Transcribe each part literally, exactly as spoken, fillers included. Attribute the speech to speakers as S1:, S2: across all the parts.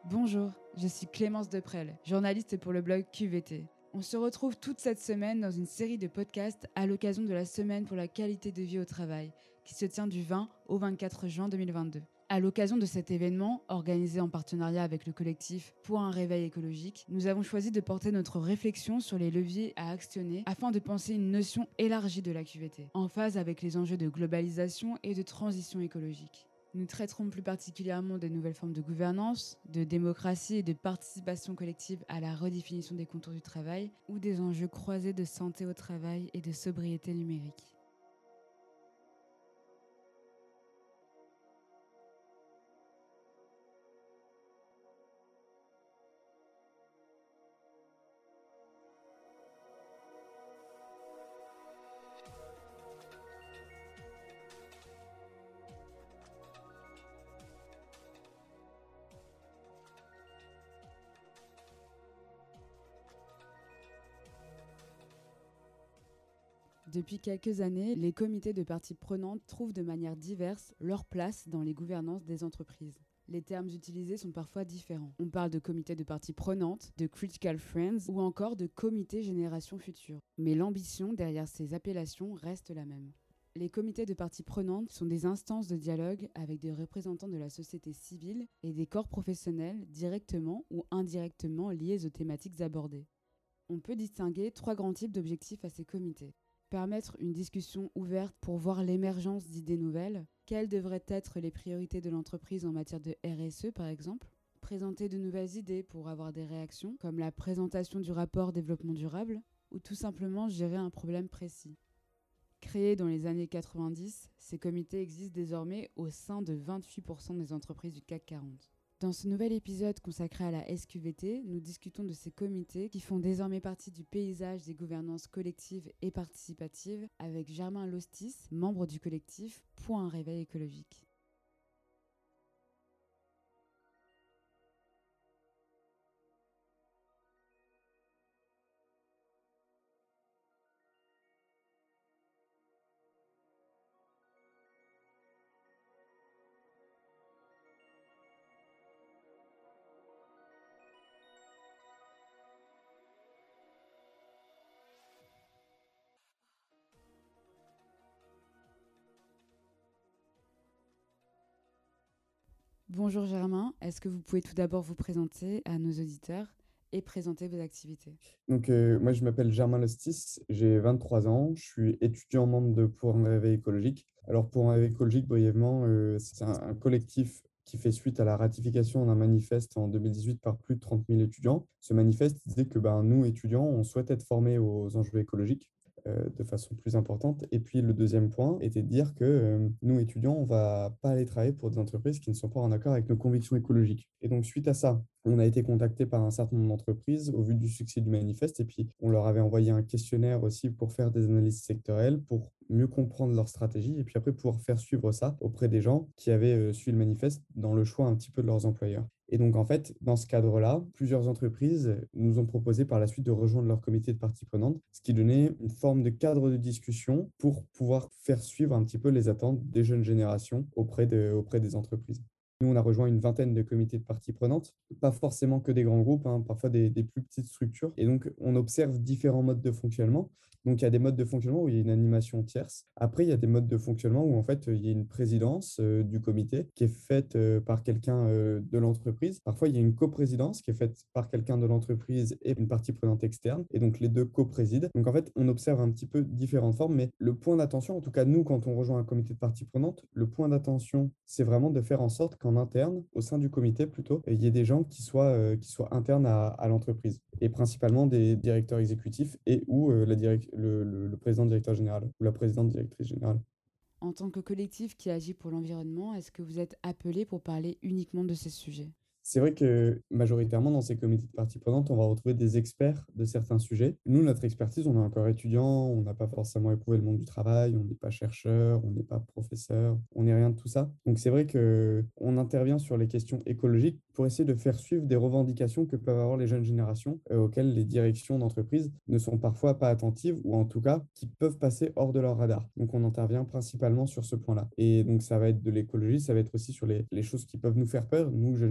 S1: Bonjour, je suis Clémence Deprel, journaliste pour le blog Q V T. On se retrouve toute cette semaine dans une série de podcasts à l'occasion de la Semaine pour la qualité de vie au travail, qui se tient du vingt au vingt-quatre juin deux mille vingt-deux. À l'occasion de cet événement, organisé en partenariat avec le collectif Pour un réveil écologique, nous avons choisi de porter notre réflexion sur les leviers à actionner afin de penser une notion élargie de la Q V T, en phase avec les enjeux de globalisation et de transition écologique. Nous traiterons plus particulièrement des nouvelles formes de gouvernance, de démocratie et de participation collective à la redéfinition des contours du travail ou des enjeux croisés de santé au travail et de sobriété numérique. Depuis quelques années, les comités de parties prenantes trouvent de manière diverse leur place dans les gouvernances des entreprises. Les termes utilisés sont parfois différents. On parle de comité de parties prenantes, de critical friends ou encore de comité génération future. Mais l'ambition derrière ces appellations reste la même. Les comités de parties prenantes sont des instances de dialogue avec des représentants de la société civile et des corps professionnels directement ou indirectement liés aux thématiques abordées. On peut distinguer trois grands types d'objectifs à ces comités. Permettre une discussion ouverte pour voir l'émergence d'idées nouvelles. Quelles devraient être les priorités de l'entreprise en matière de R S E par exemple? Présenter de nouvelles idées pour avoir des réactions, comme la présentation du rapport développement durable, ou tout simplement gérer un problème précis. Créés dans les années quatre-vingt-dix, ces comités existent désormais au sein de vingt-huit pour cent des entreprises du C A C quarante. Dans ce nouvel épisode consacré à la S Q V T, nous discutons de ces comités qui font désormais partie du paysage des gouvernances collectives et participatives avec Germain Lostis, membre du collectif Pour un réveil écologique. Bonjour Germain, est-ce que vous pouvez tout d'abord vous présenter à nos auditeurs et présenter vos activités?
S2: Donc, euh, moi, je m'appelle Germain Lostis, j'ai vingt-trois ans, je suis étudiant membre de Pour un réveil écologique. Alors, Pour un réveil écologique, brièvement, euh, c'est un, un collectif qui fait suite à la ratification d'un manifeste en deux mille dix-huit par plus de trente mille étudiants. Ce manifeste disait que ben, nous, étudiants, on souhaite être formés aux enjeux écologiques euh, de façon plus importante. Et puis, le deuxième point était de dire que euh, nous, étudiants, on ne va pas aller travailler pour des entreprises qui ne sont pas en accord avec nos convictions écologiques. Et donc, suite à ça, on a été contacté par un certain nombre d'entreprises au vu du succès du manifeste et puis on leur avait envoyé un questionnaire aussi pour faire des analyses sectorielles, pour mieux comprendre leur stratégie et puis après pouvoir faire suivre ça auprès des gens qui avaient euh, suivi le manifeste dans le choix un petit peu de leurs employeurs. Et donc, en fait, dans ce cadre-là, plusieurs entreprises nous ont proposé par la suite de rejoindre leur comité de parties prenantes, ce qui donnait une forme de cadre de discussion pour pouvoir faire suivre un petit peu les attentes des jeunes générations auprès, de, auprès des entreprises. Nous, on a rejoint une vingtaine de comités de parties prenantes, pas forcément que des grands groupes, hein, parfois des, des plus petites structures. Et donc, on observe différents modes de fonctionnement. Donc, il y a des modes de fonctionnement où il y a une animation tierce. Après, il y a des modes de fonctionnement où, en fait, il y a une présidence euh, du comité qui est faite euh, par quelqu'un euh, de l'entreprise. Parfois, il y a une coprésidence qui est faite par quelqu'un de l'entreprise et une partie prenante externe. Et donc, les deux coprésident. Donc, en fait, on observe un petit peu différentes formes. Mais le point d'attention, en tout cas, nous, quand on rejoint un comité de parties prenantes, le point d'attention, c'est vraiment de faire en sorte qu'en interne, au sein du comité plutôt, il y ait des gens qui soient, euh, qui soient internes à, à l'entreprise et principalement des directeurs exécutifs et ou euh, la direc- le, le, le président directeur général ou la présidente directrice générale.
S1: En tant que collectif qui agit pour l'environnement, est-ce que vous êtes appelé pour parler uniquement de ces sujets?
S2: C'est vrai que majoritairement, dans ces comités de parties prenantes, on va retrouver des experts de certains sujets. Nous, notre expertise, on est encore étudiant, on n'a pas forcément éprouvé le monde du travail, on n'est pas chercheur, on n'est pas professeur, on n'est rien de tout ça. Donc c'est vrai qu'on intervient sur les questions écologiques pour essayer de faire suivre des revendications que peuvent avoir les jeunes générations, euh, auxquelles les directions d'entreprise ne sont parfois pas attentives, ou en tout cas qui peuvent passer hors de leur radar. Donc on intervient principalement sur ce point-là. Et donc ça va être de l'écologie, ça va être aussi sur les, les choses qui peuvent nous faire peur, nous, jeunes générations,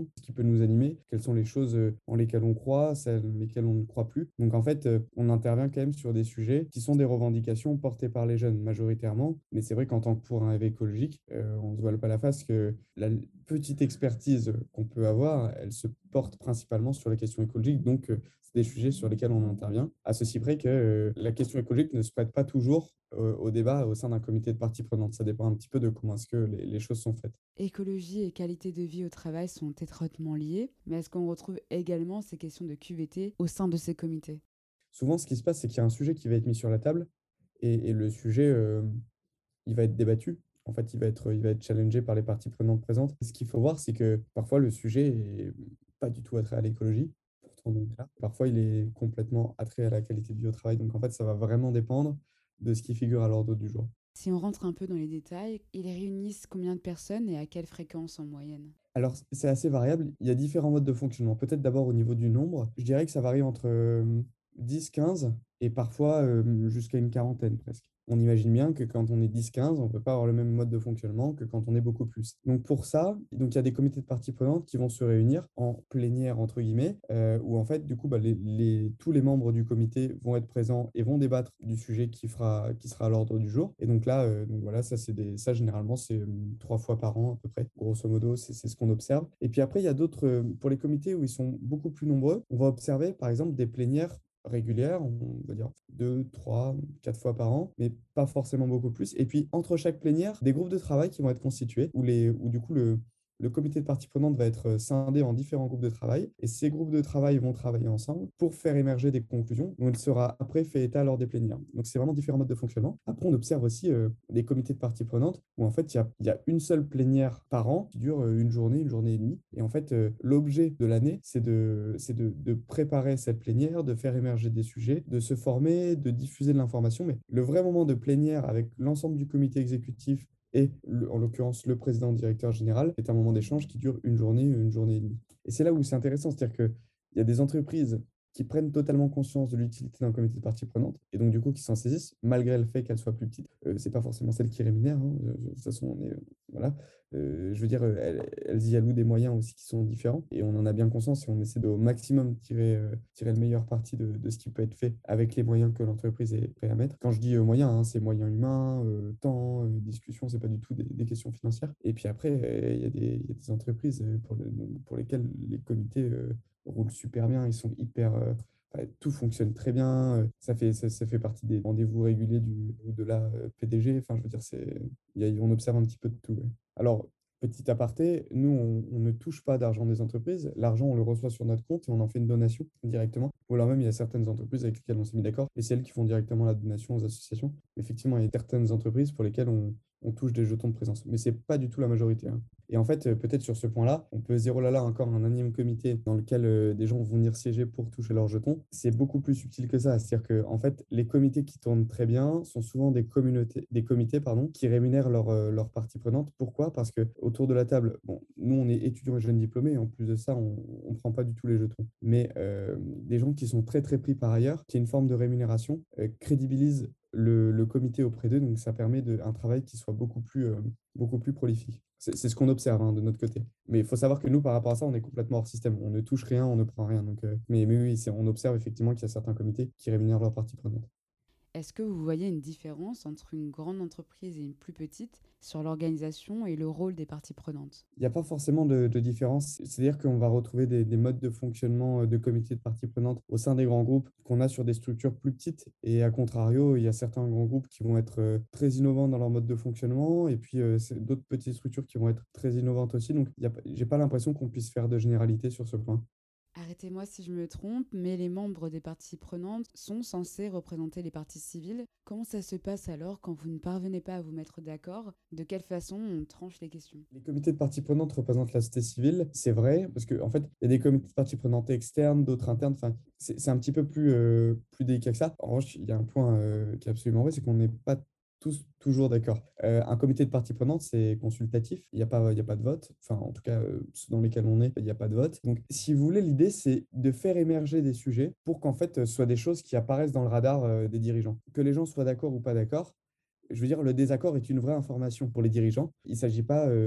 S2: passions, ce qui peut nous animer, quelles sont les choses euh, en lesquelles on croit, celles en lesquelles on ne croit plus. Donc en fait, euh, on intervient quand même sur des sujets qui sont des revendications portées par les jeunes majoritairement. Mais c'est vrai qu'en tant que pour un rêve écologique, euh, on ne se voile pas la face que la petite expertise qu'on peut avoir, elle se porte principalement sur les questions écologiques. Donc, euh, c'est des sujets sur lesquels on intervient. À ceci près que euh, la question écologique ne se prête pas toujours euh, au débat au sein d'un comité de parties prenantes. Ça dépend un petit peu de comment est-ce que les, les choses sont faites.
S1: Écologie et qualité de vie au travail sont étroitement liées, mais est-ce qu'on retrouve également ces questions de Q V T au sein de ces comités?
S2: Souvent, ce qui se passe, c'est qu'il y a un sujet qui va être mis sur la table et, et le sujet, euh, il va être débattu. En fait, il va être, il va être challengé par les parties prenantes présentes. Ce qu'il faut voir, c'est que parfois, le sujet est pas du tout attrait à l'écologie. Pourtant, on est là. Parfois, il est complètement attrait à la qualité de vie au travail. Donc, en fait, ça va vraiment dépendre de ce qui figure à l'ordre du jour.
S1: Si on rentre un peu dans les détails, ils réunissent combien de personnes et à quelle fréquence en moyenne?
S2: Alors, c'est assez variable. Il y a différents modes de fonctionnement. Peut-être d'abord au niveau du nombre. Je dirais que ça varie entre euh, dix, quinze et parfois euh, jusqu'à une quarantaine presque. On imagine bien que quand on est dix, quinze, on ne peut pas avoir le même mode de fonctionnement que quand on est beaucoup plus. Donc pour ça, donc il y a des comités de parties prenantes qui vont se réunir en plénière, entre guillemets, euh, où en fait, du coup, bah, les, les- tous les membres du comité vont être présents et vont débattre du sujet qui fera, qui sera à l'ordre du jour. Et donc là, euh, donc voilà, ça, c'est des, ça généralement, c'est euh, trois fois par an à peu près. Grosso modo, c'est c'est ce qu'on observe. Et puis après, il y a d'autres, euh, pour les comités où ils sont beaucoup plus nombreux, on va observer par exemple des plénières régulières, on va dire deux, trois, quatre fois par an, mais pas forcément beaucoup plus. Et puis, entre chaque plénière, des groupes de travail qui vont être constitués, où, les, où du coup, le, le comité de parties prenantes va être scindé en différents groupes de travail. Et ces groupes de travail vont travailler ensemble pour faire émerger des conclusions dont il sera après fait état lors des plénières. Donc, c'est vraiment différents modes de fonctionnement. Après, on observe aussi euh, des comités de parties prenantes où, en fait, il y a, il y a une seule plénière par an qui dure euh, une journée, une journée et demie. Et en fait, euh, l'objet de l'année, c'est de, c'est de, de préparer cette plénière, de faire émerger des sujets, de se former, de diffuser de l'information. Mais le vrai moment de plénière avec l'ensemble du comité exécutif et le- en l'occurrence le président directeur général, est un moment d'échange qui dure une journée, une journée et demie. Et c'est là où c'est intéressant, c'est-à-dire qu'il y a des entreprises qui prennent totalement conscience de l'utilité d'un comité de parties prenantes et donc du coup qui s'en saisissent malgré le fait qu'elles soient plus petites. Euh, c'est pas forcément celles qui rémunèrent, hein. Euh, De toute façon, on est, voilà. Euh, je veux dire, euh, elles, elles y allouent des moyens aussi qui sont différents et on en a bien conscience et on essaie de au maximum tirer, euh, tirer le meilleur parti de, de ce qui peut être fait avec les moyens que l'entreprise est prête à mettre. Quand je dis euh, moyens, hein, c'est moyens humains, euh, temps, euh, discussion, c'est pas du tout des, des questions financières. Et puis après, euh, il y a des, il y a des entreprises euh, pour, le- pour lesquelles les comités euh, roulent super bien, ils sont hyper, euh, ouais, tout fonctionne très bien. euh, Ça fait, ça, ça fait partie des rendez-vous réguliers du, ou de la euh, P D G. Enfin, je veux dire, c'est, il y a- on observe un petit peu de tout. Ouais. Alors, petit aparté, nous, on, on ne touche pas d'argent des entreprises. L'argent, on le reçoit sur notre compte et on en fait une donation directement. Ou alors même, il y a certaines entreprises avec lesquelles on s'est mis d'accord et c'est elles qui font directement la donation aux associations. Effectivement, il y a certaines entreprises pour lesquelles on, on touche des jetons de présence. Mais c'est pas du tout la majorité, hein. Et en fait, euh, peut-être sur ce point-là, on peut se dire, oh là là, encore un énième comité dans lequel euh, des gens vont venir siéger pour toucher leurs jetons. C'est beaucoup plus subtil que ça. C'est-à-dire que, en fait, les comités qui tournent très bien sont souvent des communautés, des comités, pardon, qui rémunèrent leurs euh, leurs parties prenantes. Pourquoi? Parce que autour de la table, bon, nous, on est étudiants et jeunes diplômés, et en plus de ça, on ne prend pas du tout les jetons. Mais euh, des gens qui sont très, très pris par ailleurs, qui a une forme de rémunération, euh, crédibilisent le, le comité auprès d'eux. Donc, ça permet de, un travail qui soit beaucoup plus, euh, beaucoup plus prolifique. C'est c'est ce qu'on observe, hein, de notre côté. Mais il faut savoir que nous, par rapport à ça, on est complètement hors système. On ne touche rien, on ne prend rien. Donc, euh, mais, mais oui, c'est- on observe effectivement qu'il y a certains comités qui rémunèrent leurs parties prenantes.
S1: Est-ce que vous voyez une différence entre une grande entreprise et une plus petite sur l'organisation et le rôle des parties prenantes?
S2: Il n'y a pas forcément de, de différence. C'est-à-dire qu'on va retrouver des, des modes de fonctionnement euh, de comités de parties prenantes au sein des grands groupes qu'on a sur des structures plus petites. Et à contrario, il y a certains grands groupes qui vont être euh, très innovants dans leur mode de fonctionnement et puis euh, c'est d'autres petites structures qui vont être très innovantes aussi. Donc, il y a pas- j'ai pas l'impression qu'on puisse faire de généralité sur ce point.
S1: Arrêtez-moi si je me trompe, mais les membres des parties prenantes sont censés représenter les parties civiles. Comment ça se passe alors quand vous ne parvenez pas à vous mettre d'accord? De quelle façon on tranche les questions?
S2: Les comités de parties prenantes représentent la société civile, c'est vrai, parce qu'en en fait, il y a des comités de parties prenantes externes, d'autres internes, enfin, c'est c'est un petit peu plus, euh, plus délicat que ça. En revanche, il y a un point euh, qui est absolument vrai, c'est qu'on n'est pas tous toujours d'accord. Euh, un comité de parties prenantes, c'est consultatif, il n'y a pas, il y a pas de vote, enfin, en tout cas, euh, ceux dans lesquels on est, il n'y a pas de vote. Donc, si vous voulez, l'idée, c'est de faire émerger des sujets pour qu'en fait, ce soit des choses qui apparaissent dans le radar euh, des dirigeants. Que les gens soient d'accord ou pas d'accord, je veux dire, le désaccord est une vraie information pour les dirigeants. Il ne s'agit pas euh,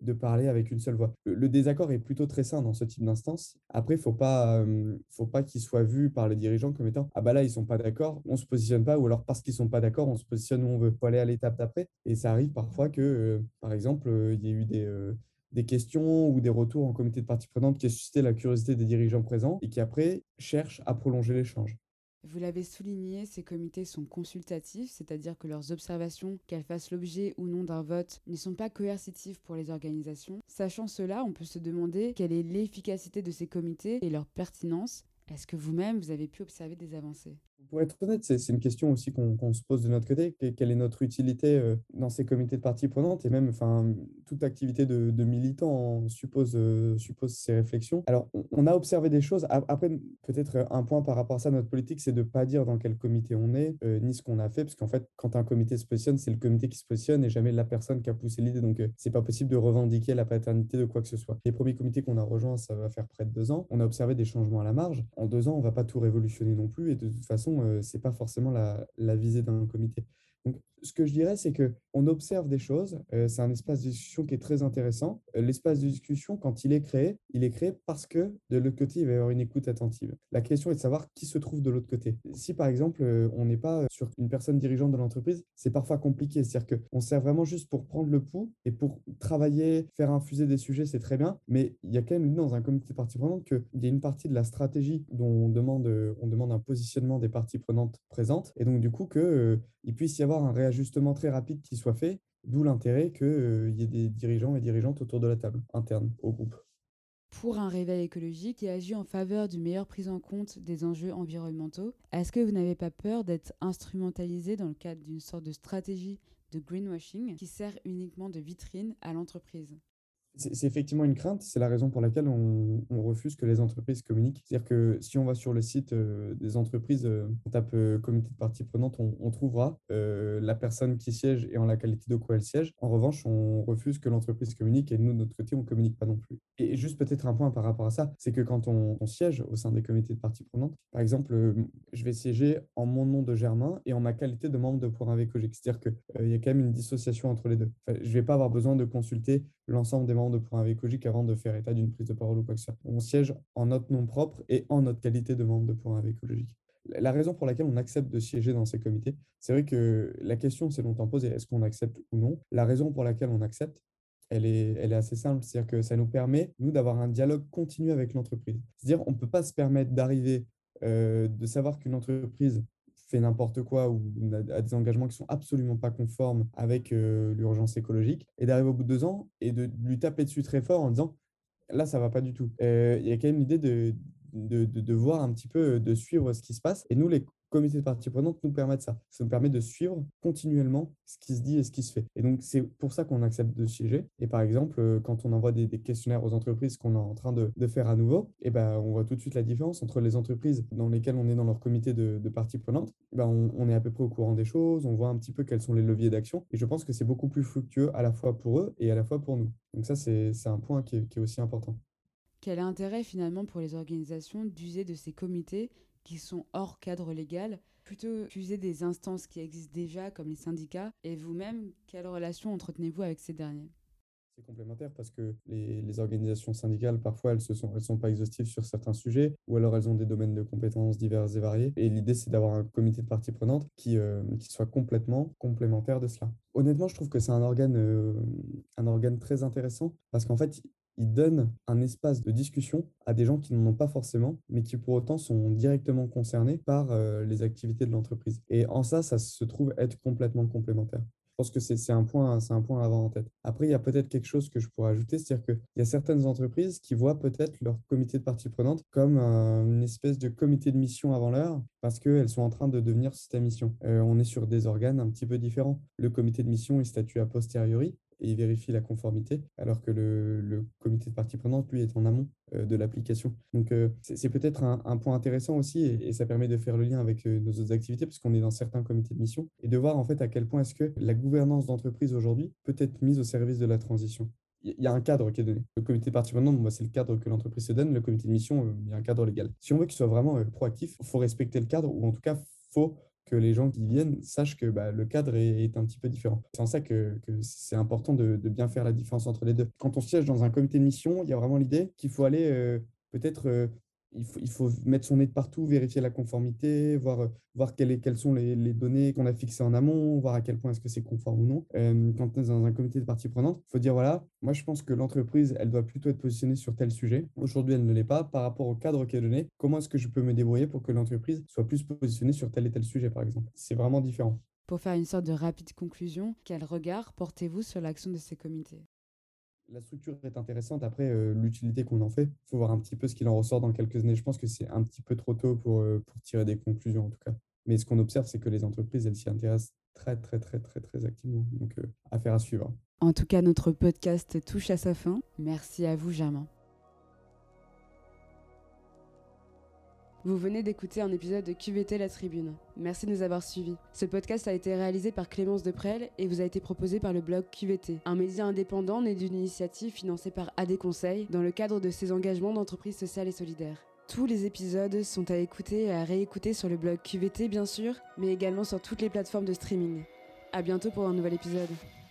S2: de parler avec une seule voix. Le, le désaccord est plutôt très sain dans ce type d'instance. Après, il ne faut pas, euh, faut pas qu'il soit vu par les dirigeants comme étant «Ah bah là, ils ne sont pas d'accord, on ne se positionne pas», ou alors «Parce qu'ils ne sont pas d'accord, on se positionne où on veut». Il faut aller à l'étape d'après. Et ça arrive parfois que, euh, par exemple, euh, il y ait eu des, euh, des questions ou des retours en comité de parties prenantes qui a suscité la curiosité des dirigeants présents et qui après cherchent à prolonger l'échange.
S1: Vous l'avez souligné, ces comités sont consultatifs, c'est-à-dire que leurs observations, qu'elles fassent l'objet ou non d'un vote, ne sont pas coercitives pour les organisations. Sachant cela, on peut se demander quelle est l'efficacité de ces comités et leur pertinence. Est-ce que vous-même, vous avez pu observer des avancées?
S2: Pour être honnête, c'est c'est une question aussi qu'on qu'on se pose de notre côté. Que- Quelle est notre utilité euh, dans ces comités de parties prenantes? Et même, enfin, toute activité de, de militant suppose, euh, suppose ces réflexions. Alors, on, on a observé des choses. A- Après, peut-être euh, un point par rapport à ça, notre politique, c'est de ne pas dire dans quel comité on est, euh, ni ce qu'on a fait, parce qu'en fait, quand un comité se positionne, c'est le comité qui se positionne et jamais la personne qui a poussé l'idée. Donc, euh, c'est pas possible de revendiquer la paternité de quoi que ce soit. Les premiers comités qu'on a rejoints, ça va faire près de deux ans. On a observé des changements à la marge. En deux ans, on va pas tout révolutionner non plus. Et de toute façon, euh, c'est pas forcément la, la visée d'un comité. Donc, ce que je dirais, c'est que on observe des choses. Euh, c'est un espace de discussion qui est très intéressant. Euh, l'espace de discussion, quand il est créé, il est créé parce que de l'autre côté, il va y avoir une écoute attentive. La question est de savoir qui se trouve de l'autre côté. Si par exemple, euh, on n'est pas sur une personne dirigeante de l'entreprise, c'est parfois compliqué. C'est-à-dire qu'on sert vraiment juste pour prendre le pouls et pour travailler, faire infuser des sujets, c'est très bien. Mais il y a quand même dans un comité de parties prenantes qu'il y a une partie de la stratégie dont on demande, euh, on demande un positionnement des parties prenantes présentes. Et donc, du coup, que, euh, il puisse y avoir un réajustement très rapide qui soit fait, d'où l'intérêt qu'il euh, y ait des dirigeants et dirigeantes autour de la table interne au groupe.
S1: Pour un réveil écologique qui agit en faveur d'une meilleure prise en compte des enjeux environnementaux, est-ce que vous n'avez pas peur d'être instrumentalisé dans le cadre d'une sorte de stratégie de greenwashing qui sert uniquement de vitrine à l'entreprise?
S2: C'est c'est effectivement une crainte, c'est la raison pour laquelle on, on refuse que les entreprises communiquent. C'est-à-dire que si on va sur le site euh, des entreprises, euh, on tape euh, comité de parties prenantes, on, on trouvera euh, la personne qui siège et en la qualité de quoi elle siège. En revanche, on refuse que l'entreprise communique et nous, de notre côté, on ne communique pas non plus. Et juste peut-être un point par rapport à ça, c'est que quand on, on siège au sein des comités de parties prenantes, par exemple, euh, je vais siéger en mon nom de Germain et en ma qualité de membre de Point Écologique. C'est-à-dire qu'il y a quand même une dissociation entre les deux. Enfin, je ne vais pas avoir besoin de consulter l'ensemble des membres de Point Écologique avant de faire état d'une prise de parole ou quoi que ce soit. On siège en notre nom propre et en notre qualité de membre de Point Écologique. La raison pour laquelle on accepte de siéger dans ces comités, c'est vrai que la question s'est longtemps posée, est-ce qu'on accepte ou non? La raison pour laquelle on accepte, elle est, elle est assez simple, c'est-à-dire que ça nous permet, nous, d'avoir un dialogue continu avec l'entreprise. C'est-à-dire on ne peut pas se permettre d'arriver, euh, de savoir qu'une entreprise fait n'importe quoi ou a des engagements qui sont absolument pas conformes avec euh, l'urgence écologique, et d'arriver au bout de deux ans et de lui taper dessus très fort en disant, là, ça va pas du tout. Euh, Il y a quand même l'idée de, de, de, de voir un petit peu, de suivre ce qui se passe. Et nous, les comités de parties prenantes nous permettent ça. Ça nous permet de suivre continuellement ce qui se dit et ce qui se fait. Et donc, c'est pour ça qu'on accepte de siéger. Et par exemple, euh, quand on envoie des, des questionnaires aux entreprises qu'on est en train de, de faire à nouveau, et ben, on voit tout de suite la différence entre les entreprises dans lesquelles on est dans leur comité de, de parties prenantes. Et ben, on, on est à peu près au courant des choses, on voit un petit peu quels sont les leviers d'action. Et je pense que c'est beaucoup plus fructueux à la fois pour eux et à la fois pour nous. Donc ça, c'est c'est un point qui est, qui est aussi important.
S1: Quel intérêt finalement pour les organisations d'user de ces comités qui sont hors cadre légal plutôt qu'user des instances qui existent déjà comme les syndicats? Et vous-même, quelle relation entretenez-vous avec ces derniers?
S2: C'est complémentaire parce que les, les organisations syndicales, parfois, elles ne sont, elles sont pas exhaustives sur certains sujets ou alors elles ont des domaines de compétences divers et variés. Et l'idée, c'est d'avoir un comité de parties prenantes qui, euh, qui soit complètement complémentaire de cela. Honnêtement, je trouve que c'est un organe, euh, un organe très intéressant parce qu'en fait, il donne un espace de discussion à des gens qui n'en ont pas forcément, mais qui pour autant sont directement concernés par euh, les activités de l'entreprise. Et en ça, ça se trouve être complètement complémentaire. Je pense que c'est c'est un point, c'est un point à avoir en tête. Après, il y a peut-être quelque chose que je pourrais ajouter, c'est-à-dire qu'il y a certaines entreprises qui voient peut-être leur comité de parties prenantes comme un- une espèce de comité de mission avant l'heure parce qu'elles sont en train de devenir système mission. Euh, on est sur des organes un petit peu différents. Le comité de mission est statué a posteriori et il vérifie la conformité, alors que le, le comité de parties prenantes, lui, est en amont euh, de l'application. Donc, euh, c'est c'est peut-être un, un point intéressant aussi, et, et ça permet de faire le lien avec euh, nos autres activités, puisqu'on est dans certains comités de mission, et de voir en fait à quel point est-ce que la gouvernance d'entreprise aujourd'hui peut être mise au service de la transition. Il y a un cadre qui est donné. Le comité de parties prenantes, bon, bah, c'est le cadre que l'entreprise se donne. Le comité de mission, euh, il y a un cadre légal. Si on veut qu'il soit vraiment euh, proactif, il faut respecter le cadre, ou en tout cas, il faut que les gens qui viennent sachent que bah, le cadre est, est un petit peu différent. C'est en ça que, que c'est important de, de bien faire la différence entre les deux. Quand on siège dans un comité de mission, il y a vraiment l'idée qu'il faut aller euh, peut-être... euh, il faut, il faut mettre son nez de partout, vérifier la conformité, voir, euh, voir quelles, est- quelles sont les, les données qu'on a fixées en amont, voir à quel point est-ce que c'est conforme ou non. Euh, quand on est dans un comité de parties prenantes, il faut dire, voilà, moi je pense que l'entreprise, elle doit plutôt être positionnée sur tel sujet. Aujourd'hui, elle ne l'est pas. Par rapport au cadre qui est donné, comment est-ce que je peux me débrouiller pour que l'entreprise soit plus positionnée sur tel et tel sujet, par exemple? C'est vraiment différent.
S1: Pour faire une sorte de rapide conclusion, quel regard portez-vous sur l'action de ces comités?
S2: La structure est intéressante. Après, euh, l'utilité qu'on en fait, il faut voir un petit peu ce qu'il en ressort dans quelques années. Je pense que c'est un petit peu trop tôt pour, euh, pour tirer des conclusions, en tout cas. Mais ce qu'on observe, c'est que les entreprises, elles s'y intéressent très, très, très, très, très activement. Donc, euh, affaire à suivre.
S1: En tout cas, notre podcast touche à sa fin. Merci à vous, Germain. Vous venez d'écouter un épisode de Q V T La Tribune. Merci de nous avoir suivis. Ce podcast a été réalisé par Clémence Deprel et vous a été proposé par le blog Q V T, un média indépendant né d'une initiative financée par A D Conseil dans le cadre de ses engagements d'entreprise sociale et solidaire. Tous les épisodes sont à écouter et à réécouter sur le blog Q V T bien sûr, mais également sur toutes les plateformes de streaming. À bientôt pour un nouvel épisode.